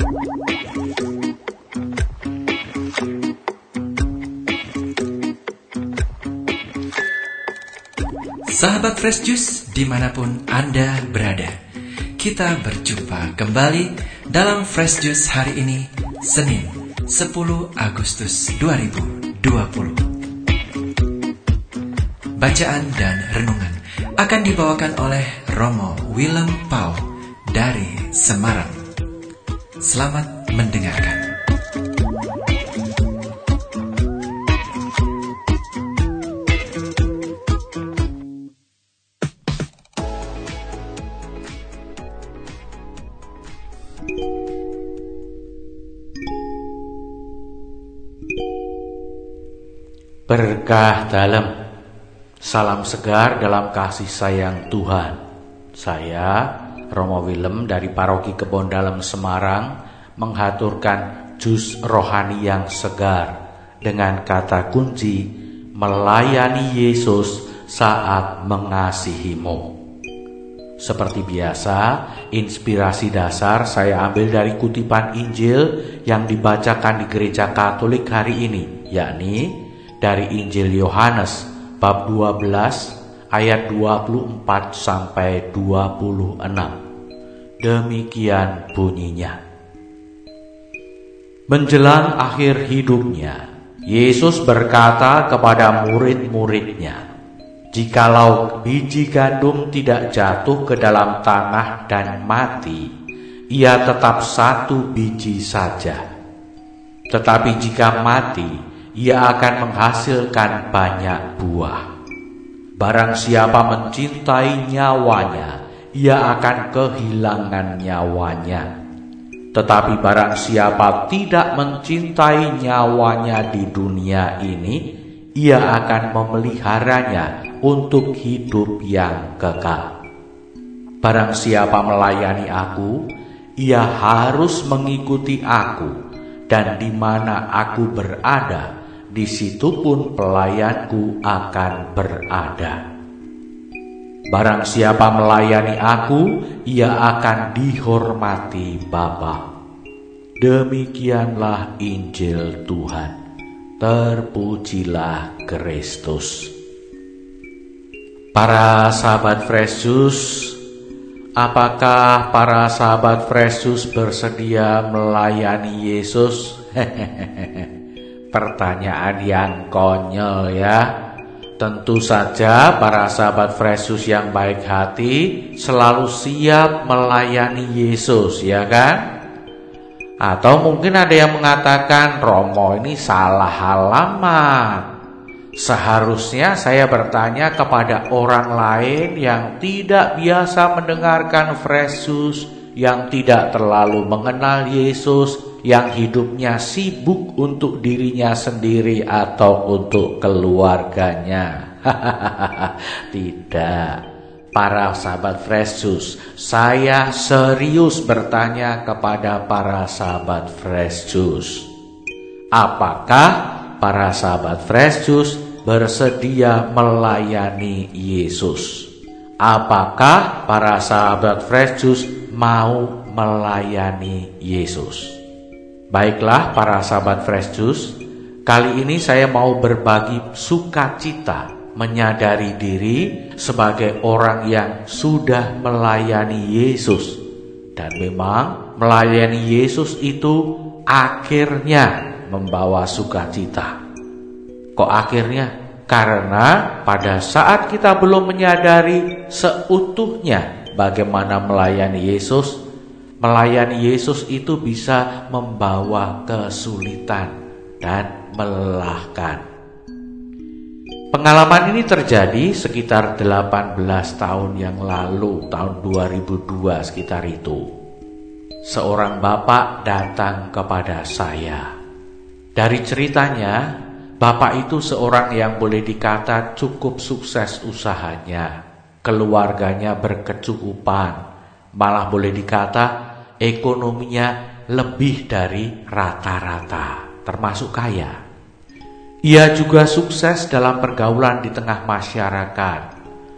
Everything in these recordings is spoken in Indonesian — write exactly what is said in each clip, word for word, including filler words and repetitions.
Sahabat Fresh Juice dimanapun Anda berada, kita berjumpa kembali dalam Fresh Juice hari ini, Senin sepuluh Agustus dua ribu dua puluh. Bacaan dan renungan akan dibawakan oleh Romo Willem Pau dari Semarang. Selamat mendengarkan. Berkah dalam, salam segar dalam kasih sayang Tuhan. Saya, Romo Willem dari Paroki Kebon Dalem Semarang, menghaturkan jus rohani yang segar dengan kata kunci melayani Yesus saat mengasihimu. Seperti biasa, inspirasi dasar saya ambil dari kutipan Injil yang dibacakan di Gereja Katolik hari ini, yakni dari Injil Yohanes bab dua belas ayat dua puluh empat sampai dua puluh enam. Demikian bunyinya. Menjelang akhir hidupnya, Yesus berkata kepada murid-muridnya, "Jikalau biji gandum tidak jatuh ke dalam tanah dan mati, ia tetap satu biji saja. Tetapi jika mati, ia akan menghasilkan banyak buah. Barang siapa mencintai nyawanya, ia akan kehilangan nyawanya. Tetapi barang siapa tidak mencintai nyawanya di dunia ini, ia akan memeliharanya untuk hidup yang kekal. Barang siapa melayani aku, ia harus mengikuti aku, dan di mana aku berada, di situ pun pelayanku akan berada. Barang siapa melayani aku, ia akan dihormati Bapa." Demikianlah Injil Tuhan. Terpujilah Kristus. Para sahabat Fresh Juice, apakah para sahabat Fresh Juice bersedia melayani Yesus? Pertanyaan yang konyol ya. Tentu saja para sahabat Fresh Juice yang baik hati selalu siap melayani Yesus, ya kan? Atau mungkin ada yang mengatakan, "Romo ini salah alamat. Seharusnya saya bertanya kepada orang lain yang tidak biasa mendengarkan Fresh Juice, yang tidak terlalu mengenal Yesus, yang hidupnya sibuk untuk dirinya sendiri atau untuk keluarganya." Tidak, para sahabat Fresh Juice, saya serius bertanya kepada para sahabat Fresh Juice, apakah para sahabat Fresh Juice bersedia melayani Yesus? Apakah para sahabat Fresh Juice mau melayani Yesus? Baiklah para sahabat Fresh Juice, kali ini saya mau berbagi sukacita menyadari diri sebagai orang yang sudah melayani Yesus. Dan memang melayani Yesus itu akhirnya membawa sukacita. Kok akhirnya? Karena pada saat kita belum menyadari seutuhnya bagaimana melayani Yesus, melayani Yesus itu bisa membawa kesulitan dan melelahkan. Pengalaman ini terjadi sekitar delapan belas tahun yang lalu, tahun dua ribu dua sekitar itu. Seorang bapak datang kepada saya. Dari ceritanya, bapak itu seorang yang boleh dikata cukup sukses usahanya. Keluarganya berkecukupan, malah boleh dikata ekonominya lebih dari rata-rata, termasuk kaya. Ia juga sukses dalam pergaulan di tengah masyarakat.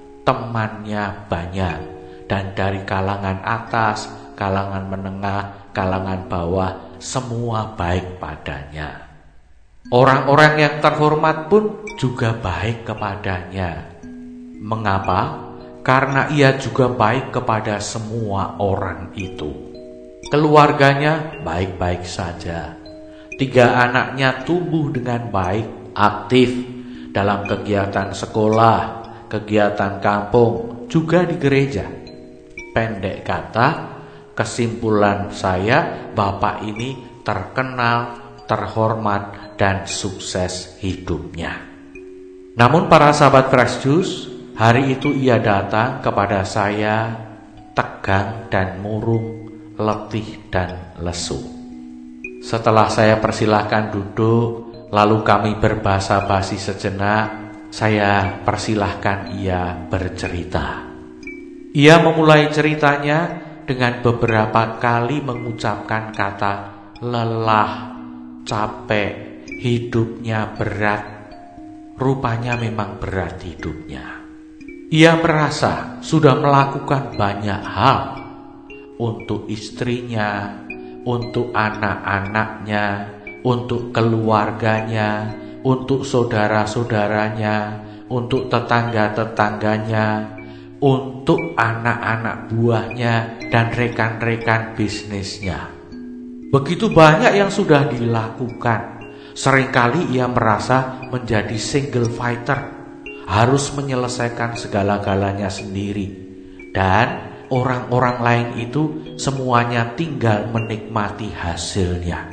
Temannya banyak, dan dari kalangan atas, kalangan menengah, kalangan bawah semua baik padanya. Orang-orang yang terhormat pun juga baik kepadanya. Mengapa? Karena ia juga baik kepada semua orang itu. Keluarganya baik-baik saja. Tiga anaknya tumbuh dengan baik, aktif dalam kegiatan sekolah, kegiatan kampung, juga di gereja. Pendek kata, kesimpulan saya, bapak ini terkenal, terhormat, dan sukses hidupnya. Namun para sahabat Fresh Juice, hari itu ia datang kepada saya tegang dan murung, letih dan lesu. Setelah saya persilahkan duduk, lalu kami berbahasa basi sejenak, saya persilahkan ia bercerita. Ia memulai ceritanya dengan beberapa kali mengucapkan kata lelah, capek, hidupnya berat. Rupanya memang berat hidupnya. Ia merasa sudah melakukan banyak hal untuk istrinya, untuk anak-anaknya, untuk keluarganya, untuk saudara-saudaranya, untuk tetangga-tetangganya, untuk anak-anak buahnya dan rekan-rekan bisnisnya. Begitu banyak yang sudah dilakukan. Seringkali ia merasa menjadi single fighter, harus menyelesaikan segala-galanya sendiri. Dan orang-orang lain itu semuanya tinggal menikmati hasilnya.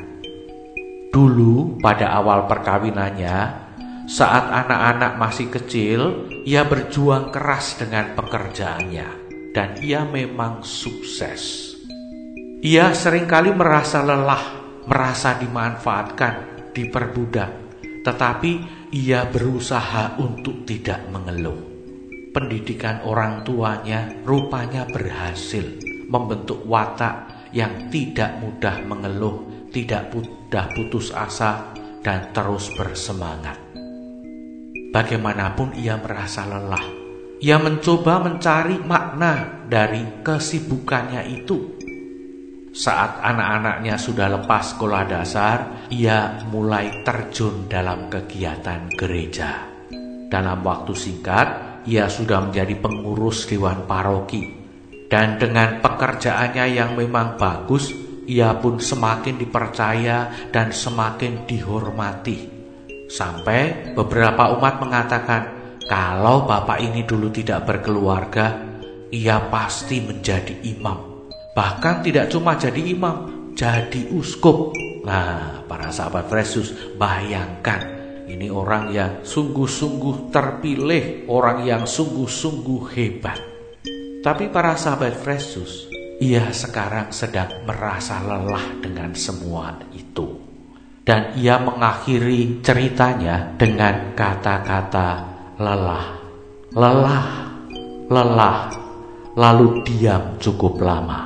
Dulu pada awal perkawinannya, saat anak-anak masih kecil, ia berjuang keras dengan pekerjaannya. Dan ia memang sukses. Ia seringkali merasa lelah, merasa dimanfaatkan, diperbudak, tetapi ia berusaha untuk tidak mengeluh. Pendidikan orang tuanya rupanya berhasil membentuk watak yang tidak mudah mengeluh, tidak mudah putus asa, dan terus bersemangat. Bagaimanapun ia merasa lelah. Ia mencoba mencari makna dari kesibukannya itu. Saat anak-anaknya sudah lepas sekolah dasar, ia mulai terjun dalam kegiatan gereja. Dalam waktu singkat, ia sudah menjadi pengurus dewan paroki. Dan dengan pekerjaannya yang memang bagus, ia pun semakin dipercaya dan semakin dihormati. Sampai beberapa umat mengatakan, kalau bapak ini dulu tidak berkeluarga, ia pasti menjadi imam. Bahkan tidak cuma jadi imam, jadi uskup. Nah, para sahabat Fresh Juice, bayangkan, ini orang yang sungguh-sungguh terpilih, orang yang sungguh-sungguh hebat. Tapi para sahabat Fresh Juice, ia sekarang sedang merasa lelah dengan semua itu. Dan ia mengakhiri ceritanya dengan kata-kata lelah, lelah, lelah, lalu diam cukup lama.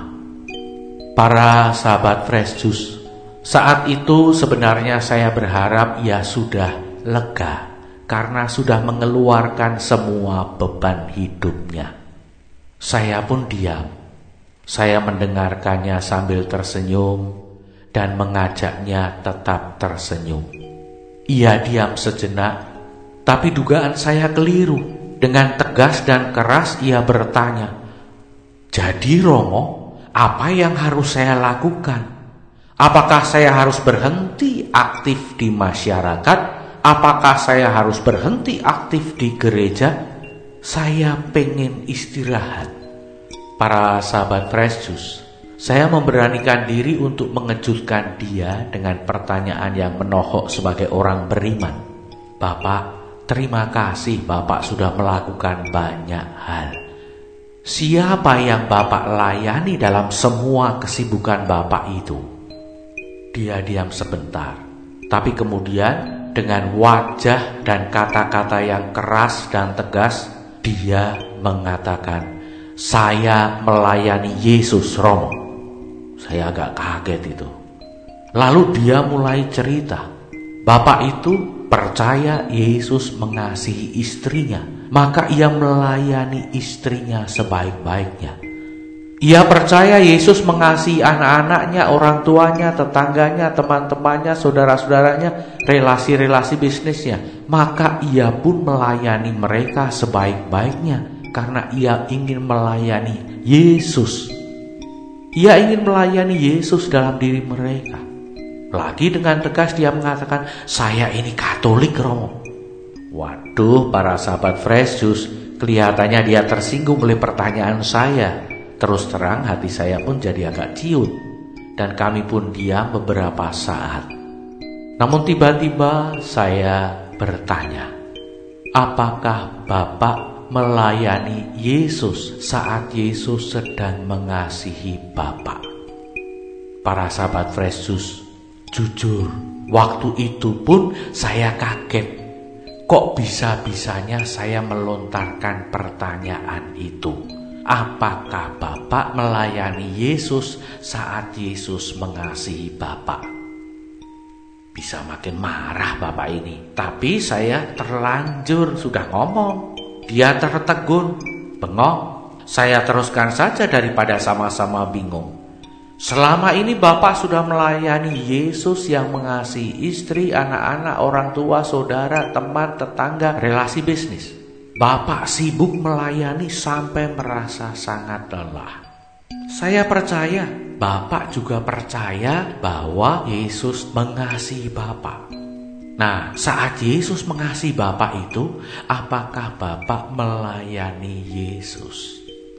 Para sahabat Fresh Juice, saat itu sebenarnya saya berharap ia sudah lega karena sudah mengeluarkan semua beban hidupnya. Saya pun diam. Saya mendengarkannya sambil tersenyum dan mengajaknya tetap tersenyum. Ia diam sejenak, tapi dugaan saya keliru. Dengan tegas dan keras ia bertanya, "Jadi Romo, apa yang harus saya lakukan? Apakah saya harus berhenti aktif di masyarakat? Apakah saya harus berhenti aktif di gereja? Saya pengen istirahat." Para sahabat Fresh Juice, saya memberanikan diri untuk mengejutkan dia dengan pertanyaan yang menohok sebagai orang beriman. "Bapak, terima kasih Bapak sudah melakukan banyak hal. Siapa yang Bapak layani dalam semua kesibukan Bapak itu?" Dia diam sebentar, tapi kemudian dengan wajah dan kata-kata yang keras dan tegas, dia mengatakan, "Saya melayani Yesus, Romo." Saya agak kaget itu. Lalu dia mulai cerita, Bapak itu percaya Yesus mengasihi istrinya, maka ia melayani istrinya sebaik-baiknya. Ia percaya Yesus mengasihi anak-anaknya, orang tuanya, tetangganya, teman-temannya, saudara-saudaranya, relasi-relasi bisnisnya. Maka ia pun melayani mereka sebaik-baiknya karena ia ingin melayani Yesus. Ia ingin melayani Yesus dalam diri mereka. Lagi dengan tegas dia mengatakan, saya ini Katolik, Romo. Waduh, para sahabat Fresh Juice, kelihatannya dia tersinggung oleh pertanyaan saya. Terus terang hati saya pun jadi agak ciut, dan kami pun diam beberapa saat. Namun tiba-tiba saya bertanya, apakah Bapak melayani Yesus saat Yesus sedang mengasihi Bapak? Para sahabat Fresh Juice, jujur, waktu itu pun saya kaget. Kok bisa-bisanya saya melontarkan pertanyaan itu? Apakah Bapak melayani Yesus saat Yesus mengasihi Bapak? Bisa makin marah Bapak ini, tapi saya terlanjur sudah ngomong. Dia tertegun, bengong. Saya teruskan saja daripada sama-sama bingung. Selama ini Bapak sudah melayani Yesus yang mengasihi istri, anak-anak, orang tua, saudara, teman, tetangga, relasi bisnis. Bapak sibuk melayani sampai merasa sangat lelah. Saya percaya Bapak juga percaya bahwa Yesus mengasihi Bapak. Nah, saat Yesus mengasihi Bapak itu, apakah Bapak melayani Yesus?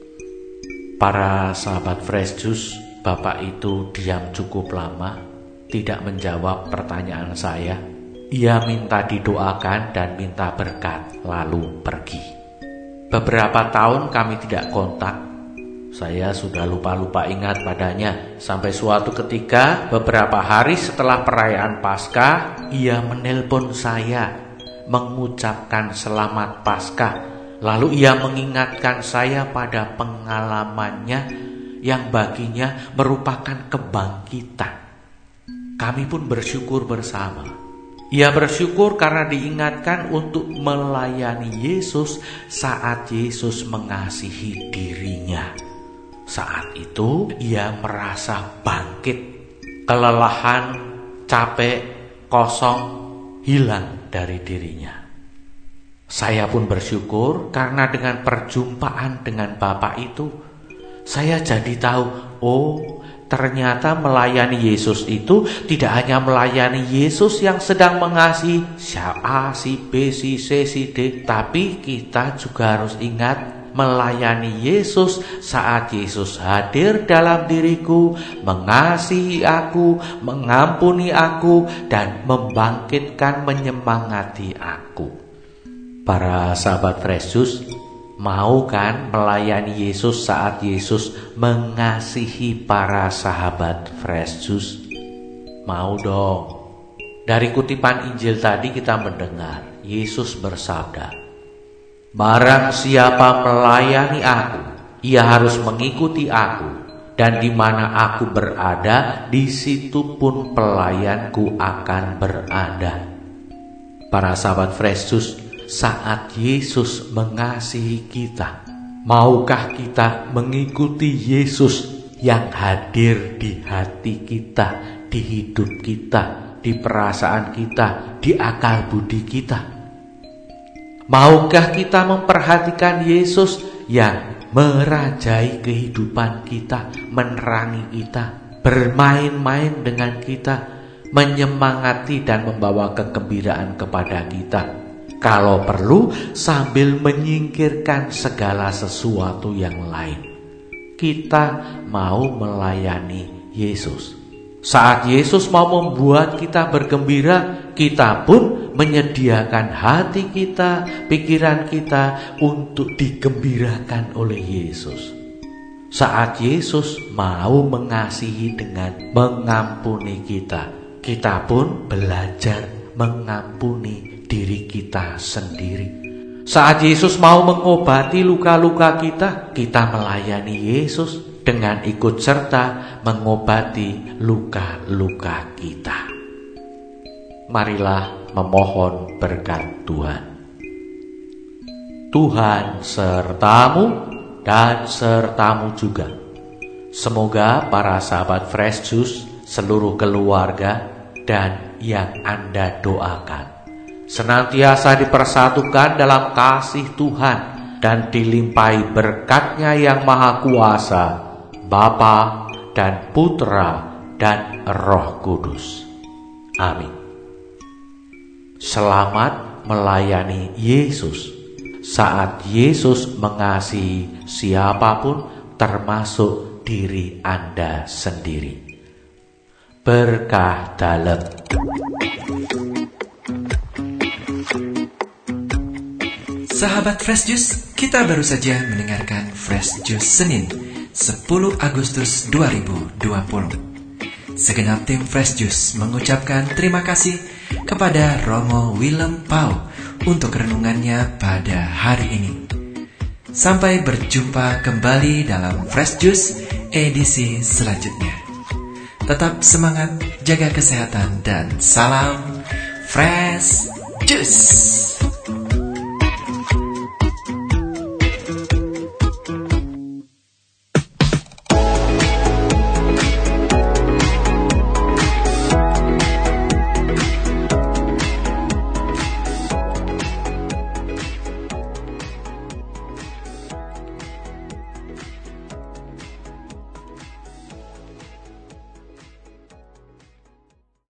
Para sahabat Fresh Juice, Bapak itu diam cukup lama, tidak menjawab pertanyaan saya. Ia minta didoakan dan minta berkat, lalu pergi. Beberapa tahun kami tidak kontak. Saya sudah lupa-lupa ingat padanya. Sampai suatu ketika, beberapa hari setelah perayaan Paskah, ia menelpon saya, mengucapkan selamat Paskah. Lalu ia mengingatkan saya pada pengalamannya yang baginya merupakan kebangkitan. Kami pun bersyukur bersama. Ia bersyukur karena diingatkan untuk melayani Yesus saat Yesus mengasihi dirinya. Saat itu ia merasa bangkit, kelelahan, capek, kosong, hilang dari dirinya. Saya pun bersyukur karena dengan perjumpaan dengan Bapak itu, saya jadi tahu, oh ternyata melayani Yesus itu tidak hanya melayani Yesus yang sedang mengasihi si A, si B, si C, si D, tapi kita juga harus ingat melayani Yesus saat Yesus hadir dalam diriku, mengasihi aku, mengampuni aku, dan membangkitkan, menyemangati aku. Para sahabat Fresh Juice, mau kan melayani Yesus saat Yesus mengasihi para sahabat Fresh Juice? Mau dong. Dari kutipan Injil tadi kita mendengar Yesus bersabda, barang siapa melayani aku, ia harus mengikuti aku, dan di mana aku berada, di situ pun pelayanku akan berada. Para sahabat Fresh Juice, saat Yesus mengasihi kita, maukah kita mengikuti Yesus yang hadir di hati kita, di hidup kita, di perasaan kita, di akal budi kita? Maukah kita memperhatikan Yesus yang merajai kehidupan kita, menerangi kita, bermain-main dengan kita, menyemangati dan membawa kegembiraan kepada kita? Kalau perlu sambil menyingkirkan segala sesuatu yang lain. Kita mau melayani Yesus. Saat Yesus mau membuat kita bergembira, kita pun menyediakan hati kita, pikiran kita untuk digembirakan oleh Yesus. Saat Yesus mau mengasihi dengan mengampuni kita, kita pun belajar mengampuni diri kita sendiri. Saat Yesus mau mengobati luka-luka kita, kita melayani Yesus dengan ikut serta mengobati luka-luka kita. Marilah memohon berkat Tuhan. Tuhan sertamu dan sertamu juga. Semoga para sahabat Fresh Juice, seluruh keluarga, dan yang Anda doakan senantiasa dipersatukan dalam kasih Tuhan dan dilimpahi berkat-Nya yang Maha Kuasa, Bapa dan Putra dan Roh Kudus. Amin. Selamat melayani Yesus saat Yesus mengasihi siapapun, termasuk diri Anda sendiri. Berkah dalam. Sahabat Fresh Juice, kita baru saja mendengarkan Fresh Juice Senin sepuluh Agustus dua ribu dua puluh. Segenap tim Fresh Juice mengucapkan terima kasih kepada Romo Willem Pau untuk renungannya pada hari ini. Sampai berjumpa kembali dalam Fresh Juice edisi selanjutnya. Tetap semangat, jaga kesehatan, dan salam Fresh Juice.